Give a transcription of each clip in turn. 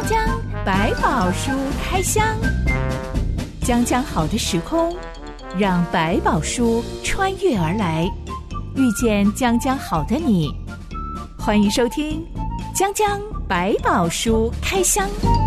江江百宝书开箱，江江好的时空，让百宝书穿越而来，遇见江江好的你。欢迎收听江江百宝书开箱。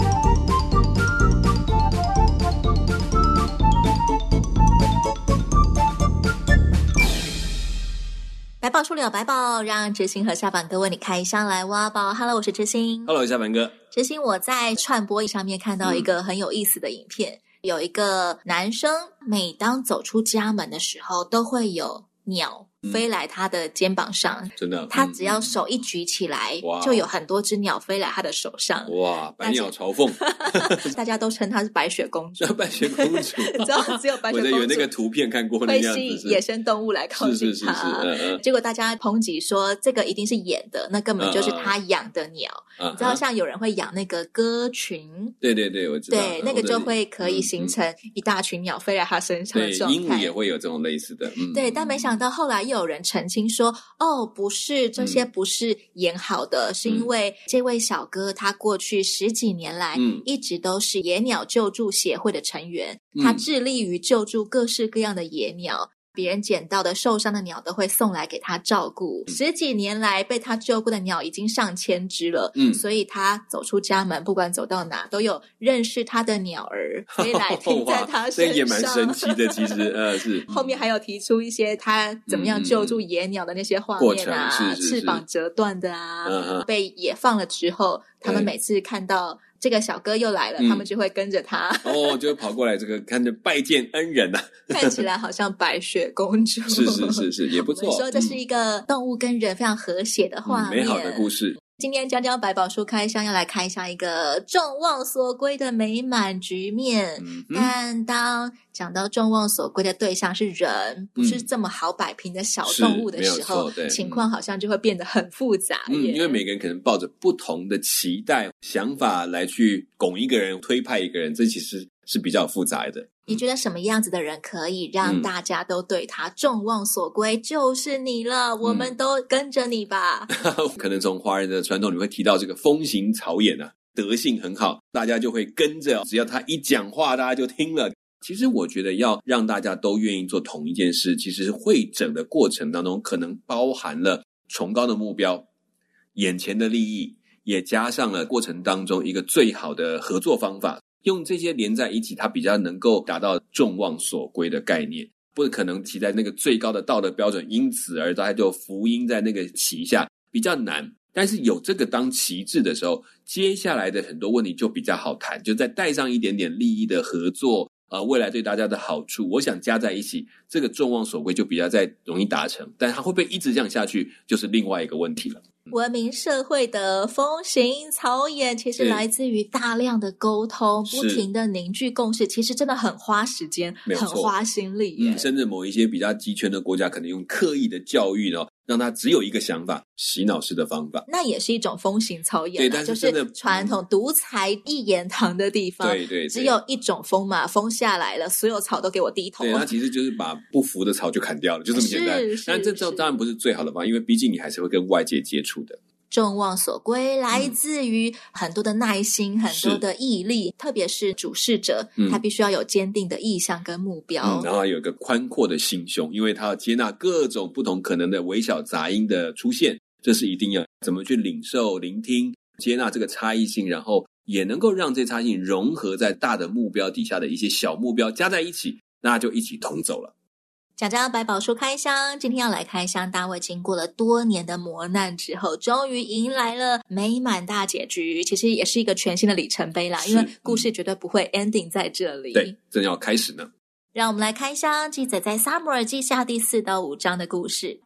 百宝书里有百宝，让知心和下凡哥为你开箱来挖宝。Hello， 我是知心。 Hello， 下凡哥。 知心，我在串播上面看到一个很有意思的影片，有一个男生每当走出家门的时候，都会有鸟飞来他的肩膀上， 真的， 他只要手一举起来，就有很多只鸟飞来他的手上。 哇，百鸟朝凤， 大家都称她是白雪公主。 白雪公主， 你知道只有白雪公主我有那个图片看过， 会吸引野生动物来靠近她。结果大家抨击说这个一定是演的，那根本就是他养的鸟。你知道像有人会养那个鸽群， 对，我知道， 对，那个就会可以形成一大群鸟飞来他身上的状态。 鹦鹉也会有这种类似的， 对，但没想到后来又有人澄清说，哦，不是，这些不是演好的，是因为这位小哥他过去10几年来一直都是野鸟救助协会的成员，他致力于救助各式各样的野鸟。别人捡到的受伤的鸟都会送来给他照顾，10几年来被他救过的鸟已经上千只了，所以他走出家门，不管走到哪都有认识他的鸟儿飞来停在他身上。 这也蛮神奇的，其实是。 后面还有提出一些他怎么样救助野鸟的那些画面啊，翅膀折断的啊，被野放了之后，他们每次看到这个小哥又来了，他们就会跟着他， 就会跑过来，这个看着拜见恩人啊， 看起来好像白雪公主， 是，也不错。 我说这是一个动物跟人非常和谐的画面， 美好的故事。 今天江江百宝书开箱要来开箱一个众望所归的美满局面，但当讲到众望所归的对象是人，不是这么好摆平的小动物的时候，情况好像就会变得很复杂耶。 因为每个人可能抱着不同的期待想法来去拱一个人推派一个人，这其实是比较复杂的。 你觉得什么样子的人可以让大家都对他众望所归？就是你了，我们都跟着你吧。 可能从华人的传统里会提到这个风行草偃啊，德性很好，大家就会跟着，只要他一讲话大家就听了。其实我觉得要让大家都愿意做同一件事，其实会诊的过程当中可能包含了崇高的目标，眼前的利益，也加上了过程当中一个最好的合作方法，用这些连在一起，它比较能够达到众望所归的概念。不可能骑在那个最高的道德标准，因此而大家就福音在那个旗下，比较难。但是有这个当旗帜的时候，接下来的很多问题就比较好谈，就再带上一点点利益的合作，未来对大家的好处，我想加在一起，这个众望所归就比较再容易达成。但它会不会一直这样下去，就是另外一个问题了。 文明社会的风行草偃其实来自于大量的沟通，不停的凝聚共识，其实真的很花时间，很花心力耶。 甚至某一些比较集权的国家可能用刻意的教育呢，让他只有一个想法，洗脑式的方法， 那也是一种风行草偃， 对，但是就是传统独裁一言堂的地方， 对， 只有一种风嘛，风下来了，所有草都给我低头。 对，它其实就是把不服的草就砍掉了，就这么简单。但这当然不是最好的方法，因为毕竟你还是会跟外界接触的。 众望所归来自于很多的耐心，很多的毅力，特别是主事者，他必须要有坚定的意向跟目标， 然后有一个宽阔的心胸，因为他要接纳各种不同可能的微小杂音的出现，这是一定要怎么去领受、聆听、接纳这个差异性，然后也能够让这差异性融合在大的目标底下的一些小目标加在一起，那就一起同走了。 讲讲百宝书开箱，今天要来开箱大卫经过了多年的磨难之后，终于迎来了美满大结局，其实也是一个全新的里程碑啦，因为故事绝对不会 ending 在这里， 对，正要开始呢。 让我们来开箱记载在撒母耳记下第4到5章的故事。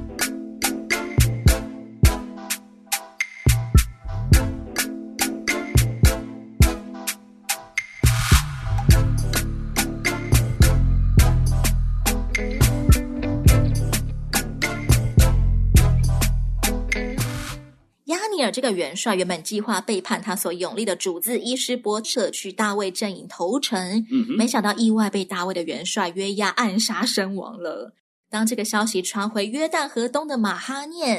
亚尼尔这个元帅原本计划背叛他所拥立的主子伊施波，撤去大卫阵营投诚，没想到意外被大卫的元帅约押暗杀身亡了。当这个消息传回约旦河东的马哈念，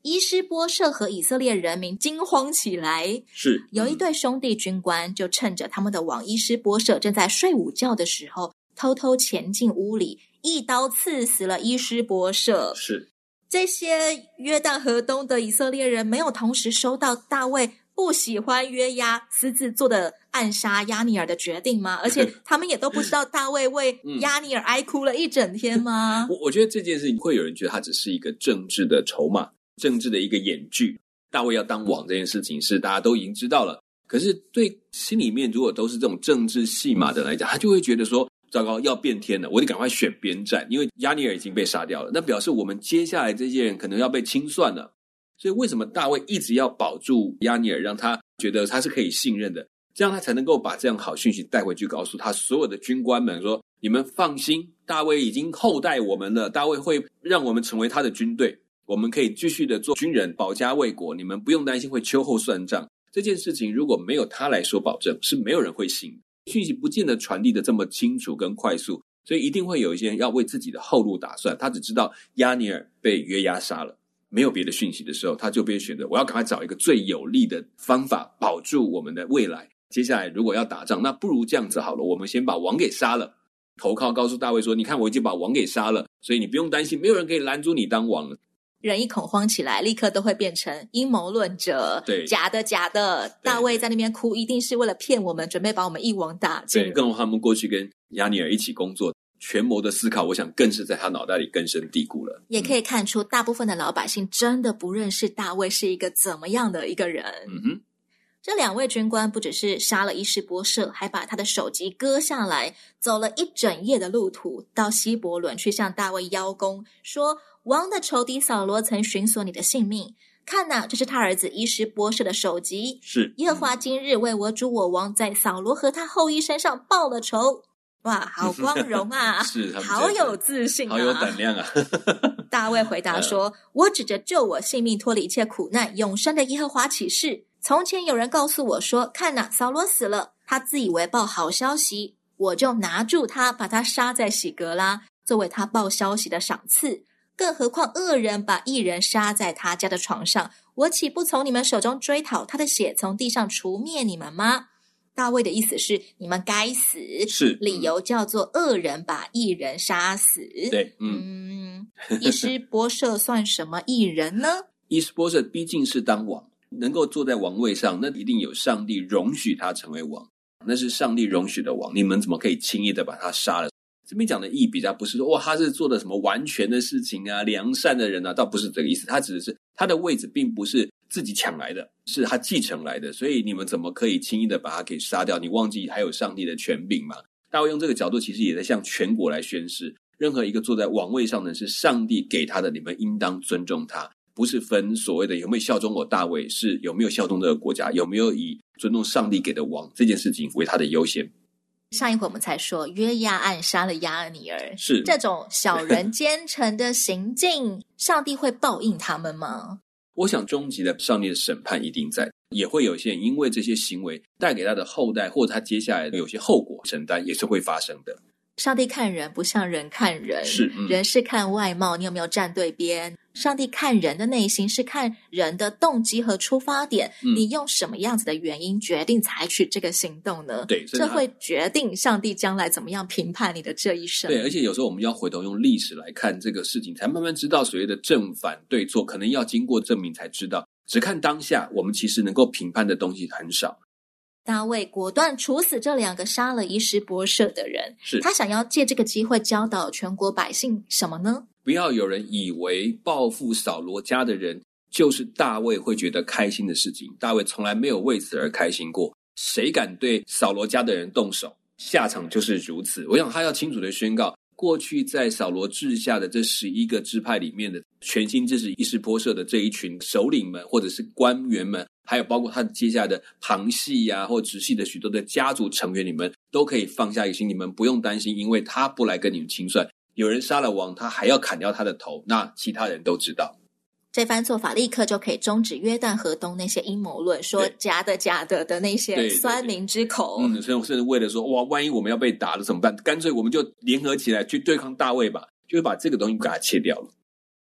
伊施波设和以色列人民惊慌起来， 是有一对兄弟军官就趁着他们的王伊施波设正在睡午觉的时候，偷偷潜进屋里，一刀刺死了伊施波设。 是这些约旦河东的以色列人没有同时收到大卫不喜欢约押私自做的暗杀押尼珥的决定吗？而且他们也都不知道大卫为押尼珥哀哭了一整天吗？ 我觉得这件事情会有人觉得它只是一个政治的筹码，政治的一个演剧。大卫要当王这件事情是大家都已经知道了，可是对心里面如果都是这种政治戏码的人来讲，他就会觉得说糟糕，要变天了，我得赶快选边站，因为押尼珥已经被杀掉了，那表示我们接下来这些人可能要被清算了。所以为什么大卫一直要保住押尼珥，让他觉得他是可以信任的，这样他才能够把这样好讯息带回去，告诉他所有的军官们说，你们放心，大卫已经厚待我们了，大卫会让我们成为他的军队，我们可以继续的做军人，保家卫国，你们不用担心会秋后算账。这件事情如果没有他来说保证，是没有人会信的，讯息不见得传递的这么清楚跟快速，所以一定会有一些人要为自己的后路打算。他只知道押尼珥被约押杀了，没有别的讯息的时候，他就被选择我要赶快找一个最有利的方法保住我们的未来。接下来如果要打仗，那不如这样子好了，我们先把王给杀了，投靠告诉大卫说，你看我已经把王给杀了，所以你不用担心，没有人可以拦住你当王了。 人一恐慌起来，立刻都会变成阴谋论者， 对， 假的假的，大卫在那边哭一定是为了骗我们，准备把我们一网打尽。 对，更何况他们过去跟押尼珥一起工作，权谋的思考我想更是在他脑袋里根深蒂固了。 也可以看出大部分的老百姓真的不认识大卫是一个怎么样的一个人。这两位军官不只是杀了伊施波设，还把他的首级割下来，走了一整夜的路途，到希伯伦去向大卫邀功，说王的仇敌扫罗曾寻索你的性命，看哪，这是他儿子伊施波设的首级， 是耶和华今日为我主我王在扫罗和他后裔身上报了仇。哇，好光荣啊是， 好有自信啊， 好有胆量啊大卫回答说我指着救我性命脱离一切苦难永生的耶和华起誓，从前有人告诉我说，看哪，扫罗死了，他自以为报好消息，我就拿住他，把他杀在喜革拉，作为他报消息的赏赐。更何况恶人把义人杀在他家的床上，我岂不从你们手中追讨他的血，从地上除灭你们吗？大卫的意思是你们该死， 是理由叫做恶人把义人杀死。 对， 伊施波设算什么义人呢？ 伊施波设毕竟是当王，能够坐在王位上，那一定有上帝容许他成为王，那是上帝容许的王，你们怎么可以轻易的把他杀了？这边讲的义比较不是说哇他是做的什么完全的事情啊，良善的人啊，倒不是这个意思，他只是他的位置并不是自己抢来的，是他继承来的，所以你们怎么可以轻易的把他给杀掉？你忘记还有上帝的权柄吗？大卫用这个角度其实也在向全国来宣示，任何一个坐在王位上的是上帝给他的，你们应当尊重他，不是分所谓的有没有效忠我大卫，是有没有效忠这个国家，有没有以尊重上帝给的王这件事情为他的优先。 上一回我们才说约押暗杀了押尼珥， 是这种小人奸臣的行径，上帝会报应他们吗？ 我想终极的上帝的审判一定在，也会有些人因为这些行为带给他的后代或者他接下来的有些后果承担，也是会发生的。 上帝看人不像人看人， 是人是看外貌，你有没有站对边？上帝看人的内心，是看人的动机和出发点，你用什么样子的原因决定采取这个行动呢？ 对， 这会决定上帝将来怎么样评判你的这一生。 对，而且有时候我们要回头用历史来看这个事情，才慢慢知道所谓的正反对错，可能要经过证明才知道，只看当下我们其实能够评判的东西很少。 大卫果断处死这两个杀了伊施波设的人， 是他想要借这个机会教导全国百姓什么呢？ 不要有人以为报复扫罗家的人就是大卫会觉得开心的事情，大卫从来没有为此而开心过，谁敢对扫罗家的人动手，下场就是如此。我想他要清楚的宣告，过去在扫罗治下的这11个支派里面的全心支持伊施波设的这一群首领们或者是官员们，还有包括他接下来的旁系啊或直系的许多的家族成员，你们都可以放下一个心，你们不用担心，因为他不来跟你们清算，有人杀了王，他还要砍掉他的头，那其他人都知道。 这番做法立刻就可以终止约旦河东那些阴谋论，说假的假的的那些酸民之口。 甚至为了说哇，万一我们要被打了怎么办？干脆我们就联合起来去对抗大卫吧，就会把这个东西给它切掉了。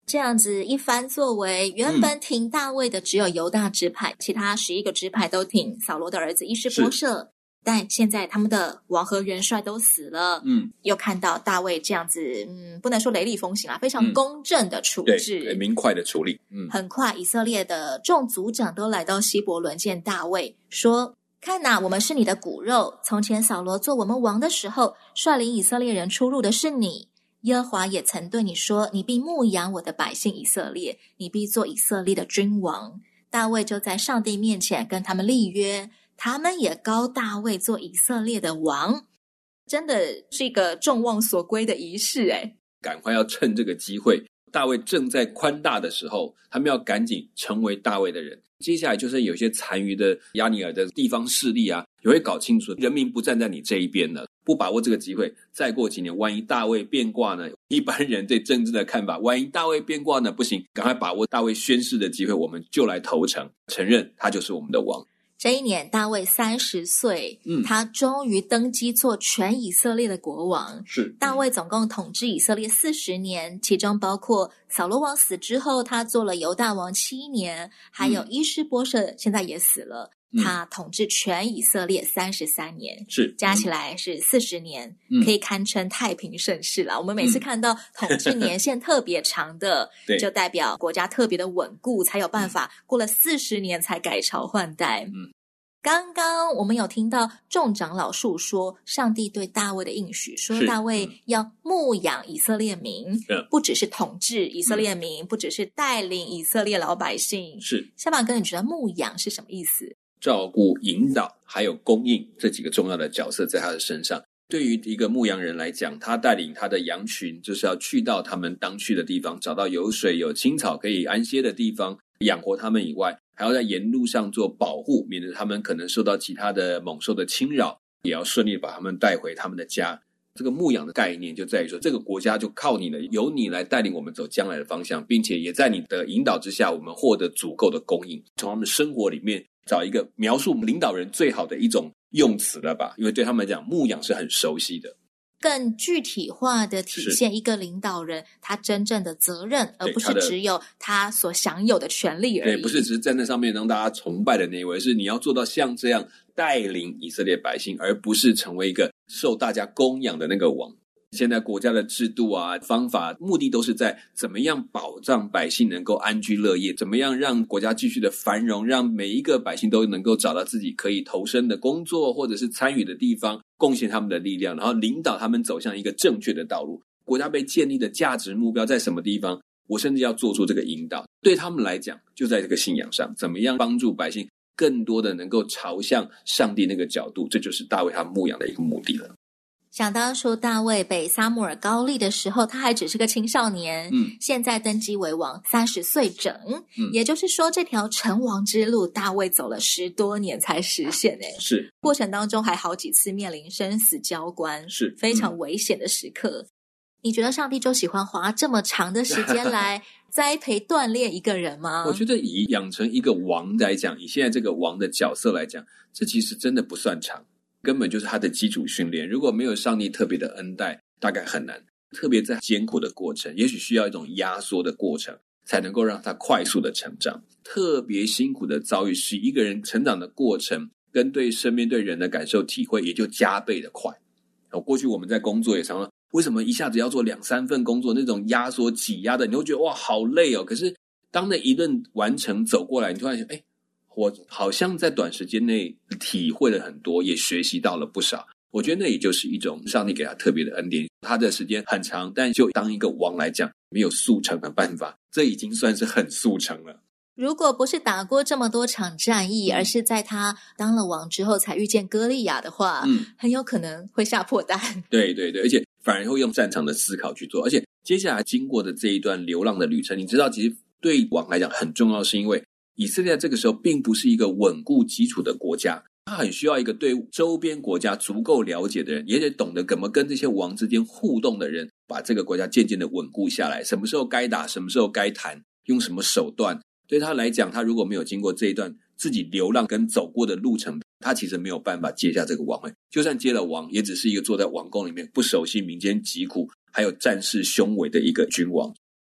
这样子一番作为，原本挺大卫的只有犹大支派，其他11个支派都挺扫罗的儿子伊施波设，但现在他们的王和元帅都死了，又看到大卫这样子，不能说雷厉风行啊，非常公正的处置， 对，明快的处理。 很快以色列的众族长都来到希伯伦见大卫，说：看哪，我们是你的骨肉，从前扫罗做我们王的时候，率领以色列人出入的是你。耶和华也曾对你说，你必牧养我的百姓以色列，你必做以色列的君王。大卫就在上帝面前跟他们立约，他们也膏大卫做以色列的王。真的是一个众望所归的仪式耶。 赶快要趁这个机会，大卫正在宽大的时候，他们要赶紧成为大卫的人。接下来就是有些残余的亚尼尔的地方势力啊，也会搞清楚人民不站在你这一边了，不把握这个机会，再过几年万一大卫变卦呢，一般人对政治的看法，万一大卫变卦呢，不行，赶快把握大卫宣誓的机会，我们就来投诚，承认他就是我们的王。 这一年大卫30岁，他终于登基做全以色列的国王。 是大卫总共统治以色列40年，其中包括扫罗王死之后他做了犹大王7年，还有伊施波设现在也死了，他统治全以色列33年， 是加起来是40年，可以堪称太平盛世了。我们每次看到统治年限特别长的就代表国家特别的稳固，才有办法过了40年才改朝换代。刚刚我们有听到众长老述说上帝对大卫的应许，说大卫要牧养以色列民，不只是统治以色列民，不只是带领以色列老百姓。 是小马哥，你觉得牧养是什么意思？ 照顾、引导还有供应这几个重要的角色在他的身上。对于一个牧羊人来讲，他带领他的羊群就是要去到他们当去的地方，找到有水有青草可以安歇的地方，养活他们以外，还要在沿路上做保护，免得他们可能受到其他的猛兽的侵扰，也要顺利把他们带回他们的家。这个牧养的概念就在于说，这个国家就靠你了，由你来带领我们走将来的方向，并且也在你的引导之下，我们获得足够的供应，从他们生活里面找一个描述领导人最好的一种用词了吧，因为对他们来讲牧养是很熟悉的， 更具体化的体现一个领导人他真正的责任，而不是只有他所享有的权利而已。 对，不是只是站在上面让大家崇拜的那一位，是你要做到像这样带领以色列百姓，而不是成为一个受大家供养的那个王。现在国家的制度啊、方法，目的都是在怎么样保障百姓能够安居乐业，怎么样让国家继续的繁荣，让每一个百姓都能够找到自己可以投身的工作或者是参与的地方，贡献他们的力量，然后领导他们走向一个正确的道路。国家被建立的价值目标在什么地方，我甚至要做出这个引导。对他们来讲，就在这个信仰上，怎么样帮助百姓更多的能够朝向上帝那个角度，这就是大卫他牧养的一个目的了。 想当初大卫被撒母耳膏立的时候，他还只是个青少年，现在登基为王30岁整，也就是说这条成王之路大卫走了10多年才实现。 是过程当中还好几次面临生死交关， 是非常危险的时刻。你觉得上帝就喜欢花这么长的时间来栽培锻炼一个人吗？ 我觉得以养成一个王来讲，以现在这个王的角色来讲，这其实真的不算长，根本就是他的基础训练。如果没有上帝特别的恩待，大概很难，特别在艰苦的过程，也许需要一种压缩的过程才能够让他快速的成长。特别辛苦的遭遇使一个人成长的过程跟对身边对人的感受体会也就加倍的快。过去我们在工作也常常为什么一下子要做2-3份工作，那种压缩挤压的，你会觉得哇好累哦。可是当那一顿完成走过来，你突然想我好像在短时间内体会了很多，也学习到了不少。我觉得那也就是一种上帝给他特别的恩典。他的时间很长，但就当一个王来讲，没有速成的办法，这已经算是很速成了。 如果不是打过这么多场战役，而是在他当了王之后才遇见歌利亚的话，很有可能会吓破胆。 对对对，而且反而会用战场的思考去做。而且接下来经过的这一段流浪的旅程，你知道其实对王来讲很重要，是因为以色列这个时候并不是一个稳固基础的国家，他很需要一个对周边国家足够了解的人，也得懂得怎么跟这些王之间互动的人，把这个国家渐渐的稳固下来，什么时候该打，什么时候该谈，用什么手段。对他来讲，他如果没有经过这一段自己流浪跟走过的路程，他其实没有办法接下这个王位。就算接了王，也只是一个坐在王宫里面不熟悉民间疾苦还有战事凶伟的一个君王。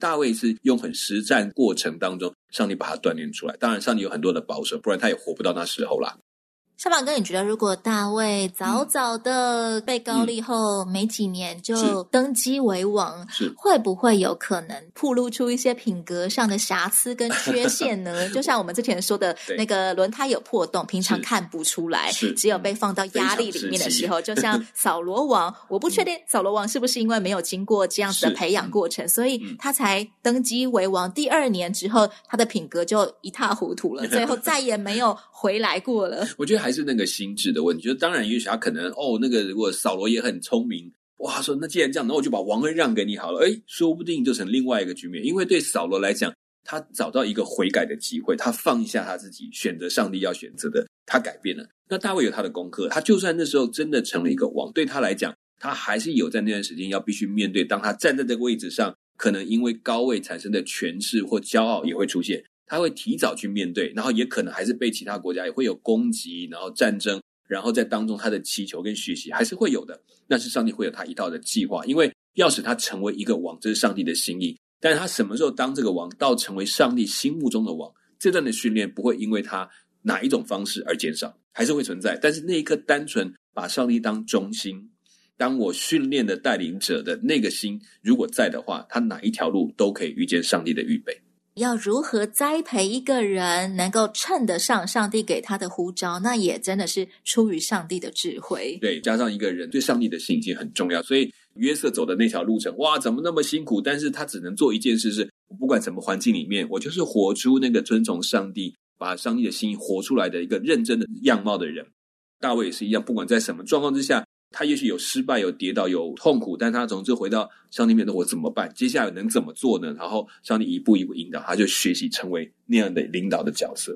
大卫是用很实战过程当中，上帝把他锻炼出来。当然上帝有很多的保守，不然他也活不到那时候啦。 小宝哥，你觉得如果大卫早早的被高立后没几年就登基为王，会不会有可能暴露出一些品格上的瑕疵跟缺陷呢？就像我们之前说的那个轮胎有破洞，平常看不出来，只有被放到压力里面的时候，就像扫罗王，我不确定扫罗王是不是因为没有经过这样子的培养过程，所以他才登基为王，第2年之后他的品格就一塌糊涂了，最后再也没有回来过了。 我觉得还是那个心智的问题，就当然也许他可能那个如果扫罗也很聪明，哇，说那既然这样，那我就把王位让给你好了，说不定就成另外一个局面。因为对扫罗来讲，他找到一个悔改的机会，他放下他自己，选择上帝要选择的，他改变了。那大卫有他的功课，他就算那时候真的成了一个王，对他来讲，他还是有在那段时间要必须面对，当他站在这个位置上，可能因为高位产生的权势或骄傲也会出现，他会提早去面对，然后也可能还是被其他国家也会有攻击，然后战争，然后在当中他的祈求跟学习还是会有的。但是上帝会有他一套的计划，因为要使他成为一个王，这是上帝的心意。但是他什么时候当这个王，到成为上帝心目中的王，这段的训练不会因为他哪一种方式而减少，还是会存在。但是那一颗单纯把上帝当中心，当我训练的带领者的那个心如果在的话，他哪一条路都可以遇见上帝的预备。 要如何栽培一个人能够称得上上帝给他的呼召，那也真的是出于上帝的智慧。 对，加上一个人对上帝的信心很重要。所以约瑟走的那条路程，哇，怎么那么辛苦，但是他只能做一件事，是不管什么环境里面，我就是活出那个遵从上帝，把上帝的心意活出来的一个认真的样貌的人。大卫也是一样，不管在什么状况之下，他也许有失败，有跌倒，有痛苦，但他总是回到上帝面前，我怎么办？接下来能怎么做呢？然后上帝一步一步引导，他就学习成为那样的领导的角色。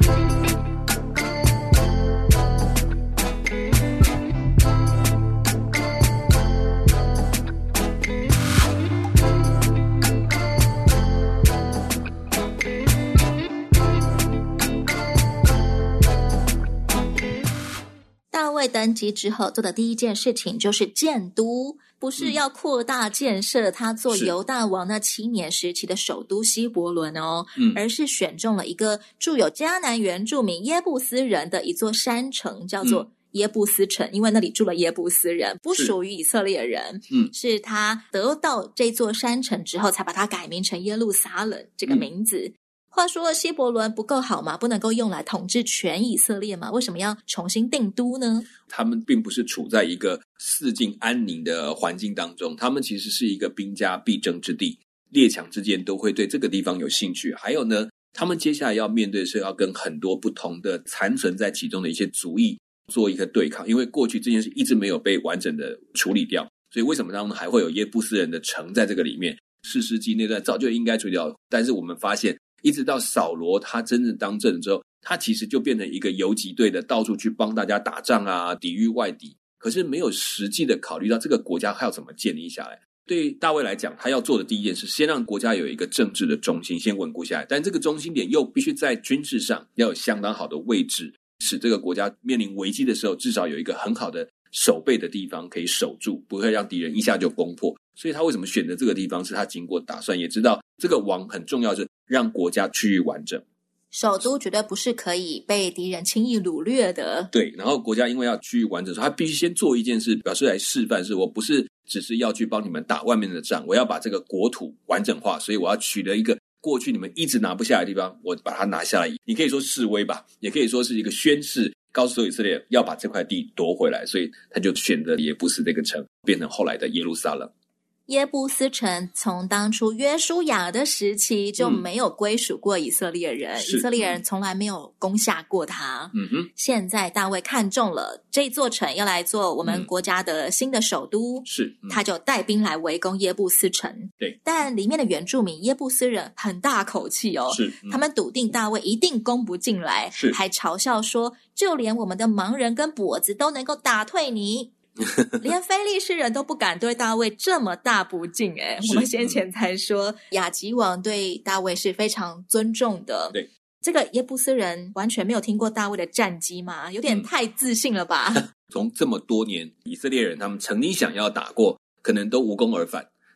大卫登基之后做的第一件事情就是建都，不是要扩大建设他做犹大王那7年时期的首都希伯伦而是选中了一个住有迦南原住民耶布斯人的一座山城，叫做耶布斯城，因为那里住了耶布斯人，不属于以色列人。是他得到这座山城之后才把它改名成耶路撒冷这个名字。话说希伯伦不够好吗？不能够用来统治全以色列吗？为什么要重新定都呢？ 他们并不是处在一个四境安宁的环境当中，他们其实是一个兵家必争之地，列强之间都会对这个地方有兴趣。还有呢，他们接下来要面对是要跟很多不同的残存在其中的一些族裔做一个对抗，因为过去这件事一直没有被完整的处理掉，所以为什么他们还会有耶布斯人的城在这个里面？士师记那段早就应该处理掉，但是我们发现一直到扫罗他真正当政之后，他其实就变成一个游击队的，到处去帮大家打仗啊，抵御外敌，可是没有实际的考虑到这个国家还要怎么建立下来。对大卫来讲，他要做的第一件事，先让国家有一个政治的中心先稳固下来，但这个中心点又必须在军事上要有相当好的位置，使这个国家面临危机的时候至少有一个很好的守备的地方可以守住，不会让敌人一下就攻破。所以他为什么选择这个地方，是他经过打算，也知道这个王很重要，是让国家区域完整， 首都绝对不是可以被敌人轻易掳掠的。 对，然后国家因为要区域完整，他必须先做一件事，表示来示范，是我不是只是要去帮你们打外面的仗，我要把这个国土完整化，所以我要取得一个过去你们一直拿不下来的地方，我把它拿下来。你可以说示威吧，也可以说是一个宣誓，告诉以色列要把这块地夺回来，所以他就选择耶布斯这个城，变成后来的耶路撒冷。 耶布斯城从当初约书亚的时期就没有归属过以色列人，以色列人从来没有攻下过它。现在大卫看中了这座城，要来做我们国家的新的首都，他就带兵来围攻耶布斯城。 对， 但里面的原住民耶布斯人很大口气他们笃定大卫一定攻不进来，还嘲笑说，就连我们的盲人跟跛子都能够打退你。连非利士人都不敢对大卫这么大不敬我们先前才说亚吉王对大卫是非常尊重的。 对， 这个耶布斯人完全没有听过大卫的战绩嘛，有点太自信了吧。 从这么多年以色列人他们曾经想要打过，可能都无功而返，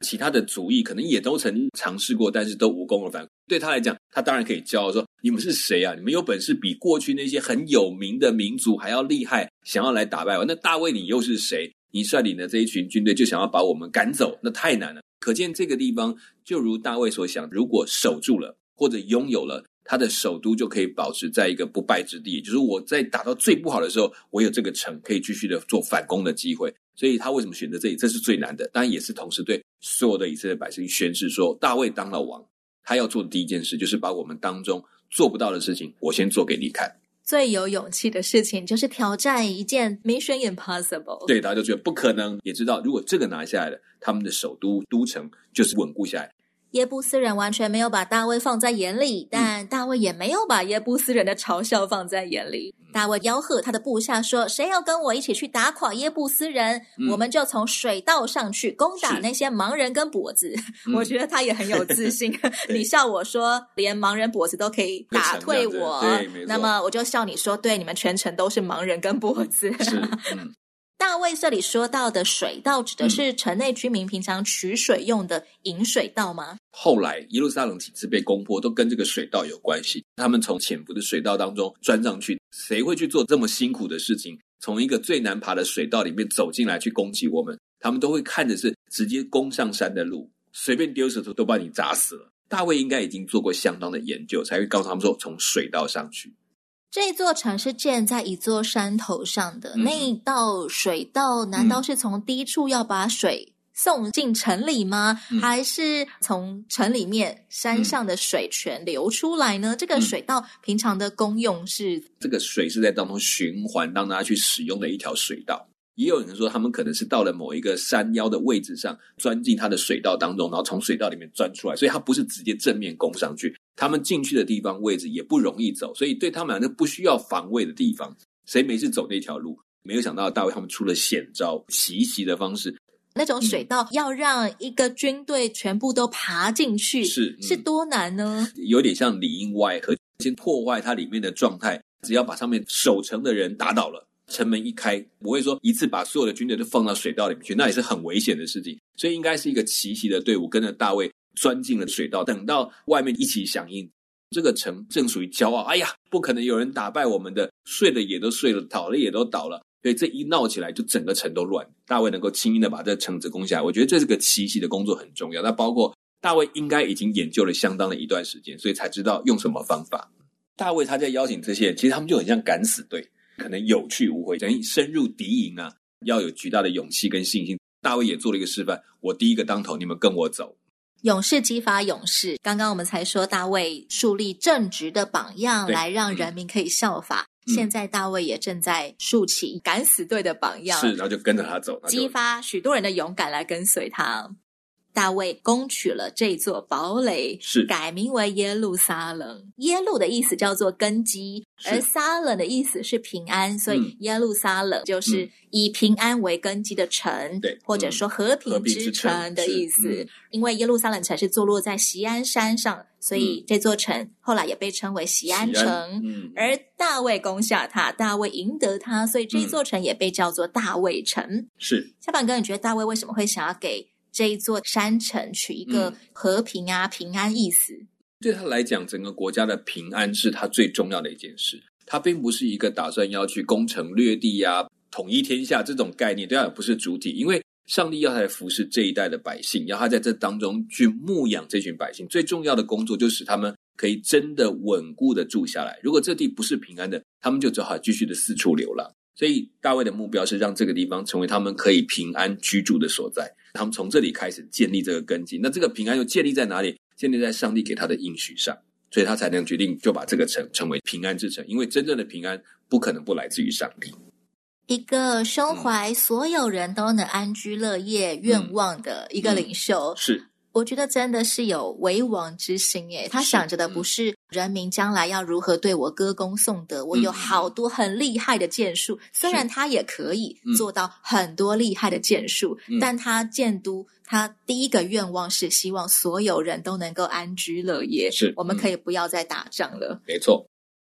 其他的族裔可能也都曾尝试过，但是都无功而返。对他来讲，他当然可以骄傲说，你们是谁啊？你们有本事比过去那些很有名的民族还要厉害，想要来打败我。那大卫你又是谁？你率领的这一群军队就想要把我们赶走，那太难了。可见这个地方就如大卫所想，如果守住了或者拥有了，他的首都就可以保持在一个不败之地，也就是我在打到最不好的时候，我有这个城可以继续的做反攻的机会。所以他为什么选择这里？这是最难的，当然也是同时对所有的以色列百姓宣示说，大卫当了王，他要做的第一件事就是把我们当中做不到的事情，我先做给你看。 最有勇气的事情就是挑战一件 Mission Impossible。 对，大家就觉得不可能，也知道如果这个拿下来了，他们的首都都城就是稳固下来。 耶布斯人完全没有把大卫放在眼里，但大卫也没有把耶布斯人的嘲笑放在眼里。大卫吆喝他的部下说，谁要跟我一起去打垮耶布斯人，我们就从水道上去攻打那些盲人跟跛子。我觉得他也很有自信。你笑我说连盲人跛子都可以打退我，那么我就笑你说，对，你们全城都是盲人跟跛子。 是大卫这里说到的水道指的是城内居民平常取水用的引水道吗？ 后来耶路撒冷几次被攻破都跟这个水道有关系，他们从潜伏的水道当中钻上去，谁会去做这么辛苦的事情，从一个最难爬的水道里面走进来去攻击我们？他们都会看的是直接攻上山的路，随便丢石头都把你砸死了。大卫应该已经做过相当的研究，才会告诉他们说从水道上去。 这座城是建在一座山头上的，那一道水道难道是从低处要把水送进城里吗？还是从城里面山上的水泉流出来呢？这个水道平常的功用是， 这个水是在当中循环让大家去使用的一条水道。也有人说他们可能是到了某一个山腰的位置上，钻进它的水道当中，然后从水道里面钻出来，所以它不是直接正面攻上去，他们进去的地方位置也不容易走，所以对他们来说不需要防卫的地方，谁没事走那条路？没有想到大卫他们出了险招，奇袭的方式。 那种水道要让一个军队全部都爬进去，是多难呢？ 有点像里应外合，先破坏它里面的状态，只要把上面守城的人打倒了，城门一开，不会说一次把所有的军队都放到水道里面去，那也是很危险的事情。所以应该是一个奇袭的队伍跟着大卫钻进了水道，等到外面一起响应，这个城正属于骄傲，哎呀，不可能有人打败我们的，睡了也都睡了，倒了也都倒了，所以这一闹起来就整个城都乱。大卫能够轻易的把这个城子攻下来，我觉得这是个奇袭的工作很重要。那包括大卫应该已经研究了相当的一段时间，所以才知道用什么方法。大卫他在邀请这些人，其实他们就很像敢死队，可能有去无回，等于深入敌营啊，要有巨大的勇气跟信心。大卫也做了一个示范，我第一个当头，你们跟我走。 勇士激发勇士，刚刚我们才说大卫树立正直的榜样来让人民可以效法，现在大卫也正在竖起敢死队的榜样， 是，然后就跟着他走， 激发许多人的勇敢来跟随他。大卫攻取了这座堡垒， 是改名为耶路撒冷。耶路的意思叫做根基，而撒冷的意思是平安，所以耶路撒冷就是以平安为根基的城， 对， 或者说和平之城的意思。因为耶路撒冷城是坐落在锡安山上，所以这座城后来也被称为锡安城。而大卫攻下它，大卫赢得它，所以这座城也被叫做大卫城。 是， 小板哥，你觉得大卫为什么会想要给这一座山城取一个和平啊、平安意思？ 对他来讲，整个国家的平安是他最重要的一件事。他并不是一个打算要去攻城略地啊、统一天下这种概念，对他也不是主体。因为上帝要他来服侍这一代的百姓，要他在这当中去牧养这群百姓，最重要的工作就是使他们可以真的稳固的住下来。如果这地不是平安的，他们就只好继续的四处流浪。所以大卫的目标是让这个地方成为他们可以平安居住的所在，他们从这里开始建立这个根基。那这个平安又建立在哪里？建立在上帝给他的应许上，所以他才能决定就把这个城成为平安之城，因为真正的平安不可能不来自于上帝。 一个胸怀所有人都能安居乐业愿望的一个领袖， 是， 我觉得真的是有为王之心耶。他想着的不是人民将来要如何对我歌功颂德，我有好多很厉害的建树，虽然他也可以做到很多厉害的建树，但他建都，他第一个愿望是希望所有人都能够安居乐业， 是， 我们可以不要再打仗了。 没错。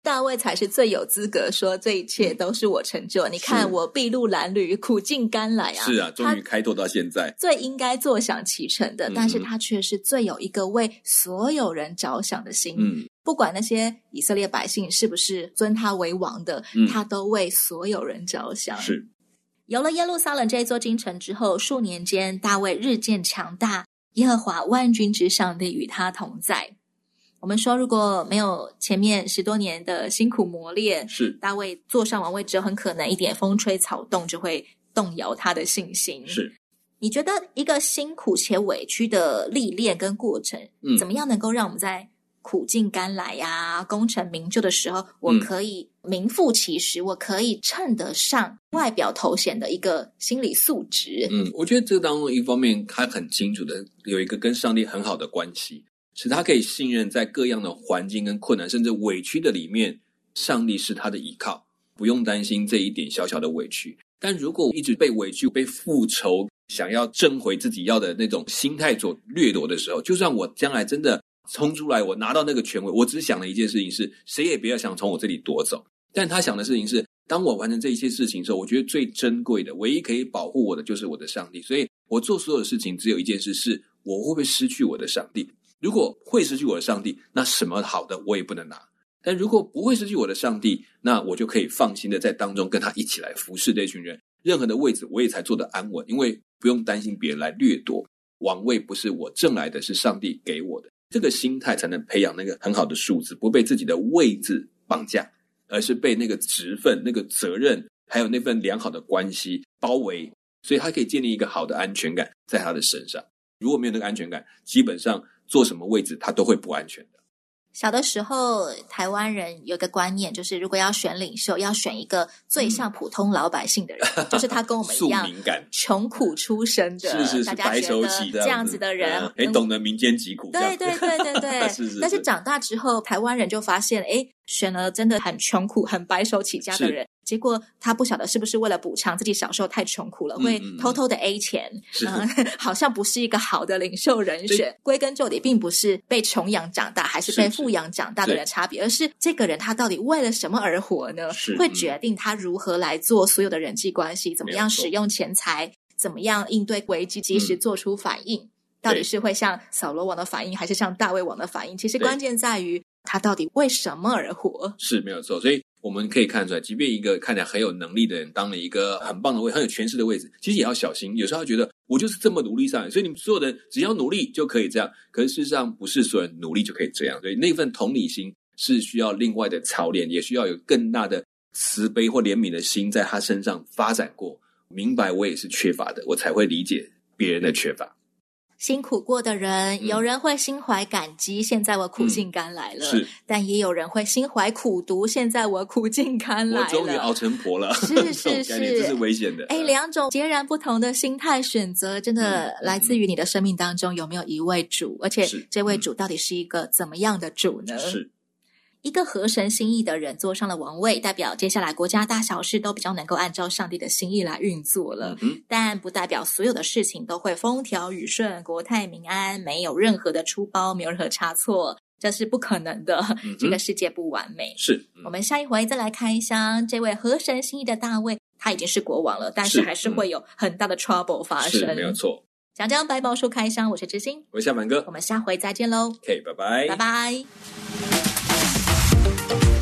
大卫才是最有资格说这一切都是我成就。你看我筚路蓝缕，苦尽甘来啊！ 是啊，终于开拓到现在， 最应该坐享其成的，但是他却是最有一个为所有人着想的心。不管那些以色列百姓是不是尊他为王的，他都为所有人着想。 是。 有了耶路撒冷这一座京城之后，数年间大卫日渐强大，耶和华万军之上帝与他同在。我们说如果没有前面10多年的辛苦磨练， 是大卫坐上王位之后，很可能一点风吹草动就会动摇他的信心。 是， 你觉得一个辛苦且委屈的历练跟过程，怎么样能够让我们在苦尽甘来呀、功成名就的时候，我可以名副其实，我可以称得上外表头衔的一个心理素质？ 我觉得这当中一方面他很清楚的有一个跟上帝很好的关系，使他可以信任在各样的环境跟困难甚至委屈的里面，上帝是他的依靠，不用担心这一点小小的委屈。但如果一直被委屈、被复仇、想要争回自己要的那种心态所掠夺的时候，就算我将来真的冲出来，我拿到那个权位，我只想的一件事情是谁也不要想从我这里夺走。但他想的事情是，当我完成这一切事情的时候，我觉得最珍贵的唯一可以保护我的就是我的上帝。所以我做所有的事情只有一件事，是我会不会失去我的上帝。如果会失去我的上帝，那什么好的我也不能拿。但如果不会失去我的上帝，那我就可以放心的在当中跟他一起来服侍这群人，任何的位置我也才做得安稳，因为不用担心别人来掠夺。王位不是我挣来的，是上帝给我的。这个心态才能培养那个很好的素质，不被自己的位置绑架，而是被那个职分、那个责任还有那份良好的关系包围，所以他可以建立一个好的安全感在他的身上。如果没有那个安全感，基本上做什么位置他都会不安全的。 小的时候台湾人有个观念，就是如果要选领袖，要选一个最像普通老百姓的人，就是他跟我们一样穷苦出身的， 是大家白手起这样子的人， 懂得民间疾苦。 对是。但是长大之后台湾人就发现，选了真的很穷苦很白手起家的人，结果他不晓得是不是为了补偿自己小时候太穷苦了，会偷偷的 A 钱，好像不是一个好的领袖人选。归根究底并不是被穷养长大还是被富养长大的人差别，而是这个人他到底为了什么而活呢？会决定他如何来做所有的人际关系，怎么样使用钱财，怎么样应对危机及时做出反应，到底是会像扫罗王的反应还是像大卫王的反应。其实关键在于他到底为什么而活。 是没有错。所以我们可以看出来，即便一个看起来很有能力的人当了一个很棒的位置，很有权势的位置，其实也要小心。有时候他觉得我就是这么努力上来，所以你们所有人只要努力就可以这样，可是事实上不是所有人努力就可以这样。所以那份同理心是需要另外的操练，也需要有更大的慈悲或怜悯的心在他身上发展过，明白我也是缺乏的，我才会理解别人的缺乏。 辛苦过的人，有人会心怀感激，现在我苦尽甘来了，但也有人会心怀苦毒，现在我苦尽甘来了， 我终于熬成婆了。 是这是危险的。 两种截然不同的心态选择，真的来自于你的生命当中有没有一位主，而且这位主到底是一个怎么样的主呢？是一个合神心意的人坐上了王位，代表接下来国家大小事都比较能够按照上帝的心意来运作了，但不代表所有的事情都会风调雨顺、国泰民安，没有任何的出包，没有任何差错，这是不可能的。这个世界不完美。是我们下一回再来开箱这位合神心意的大卫，他已经是国王了，但是还是会有很大的 trouble 发生。 是没有错。 讲讲百宝书开箱，我是知心， 我是夏满哥， 我们下回再见咯。 OK， 拜拜， 拜拜。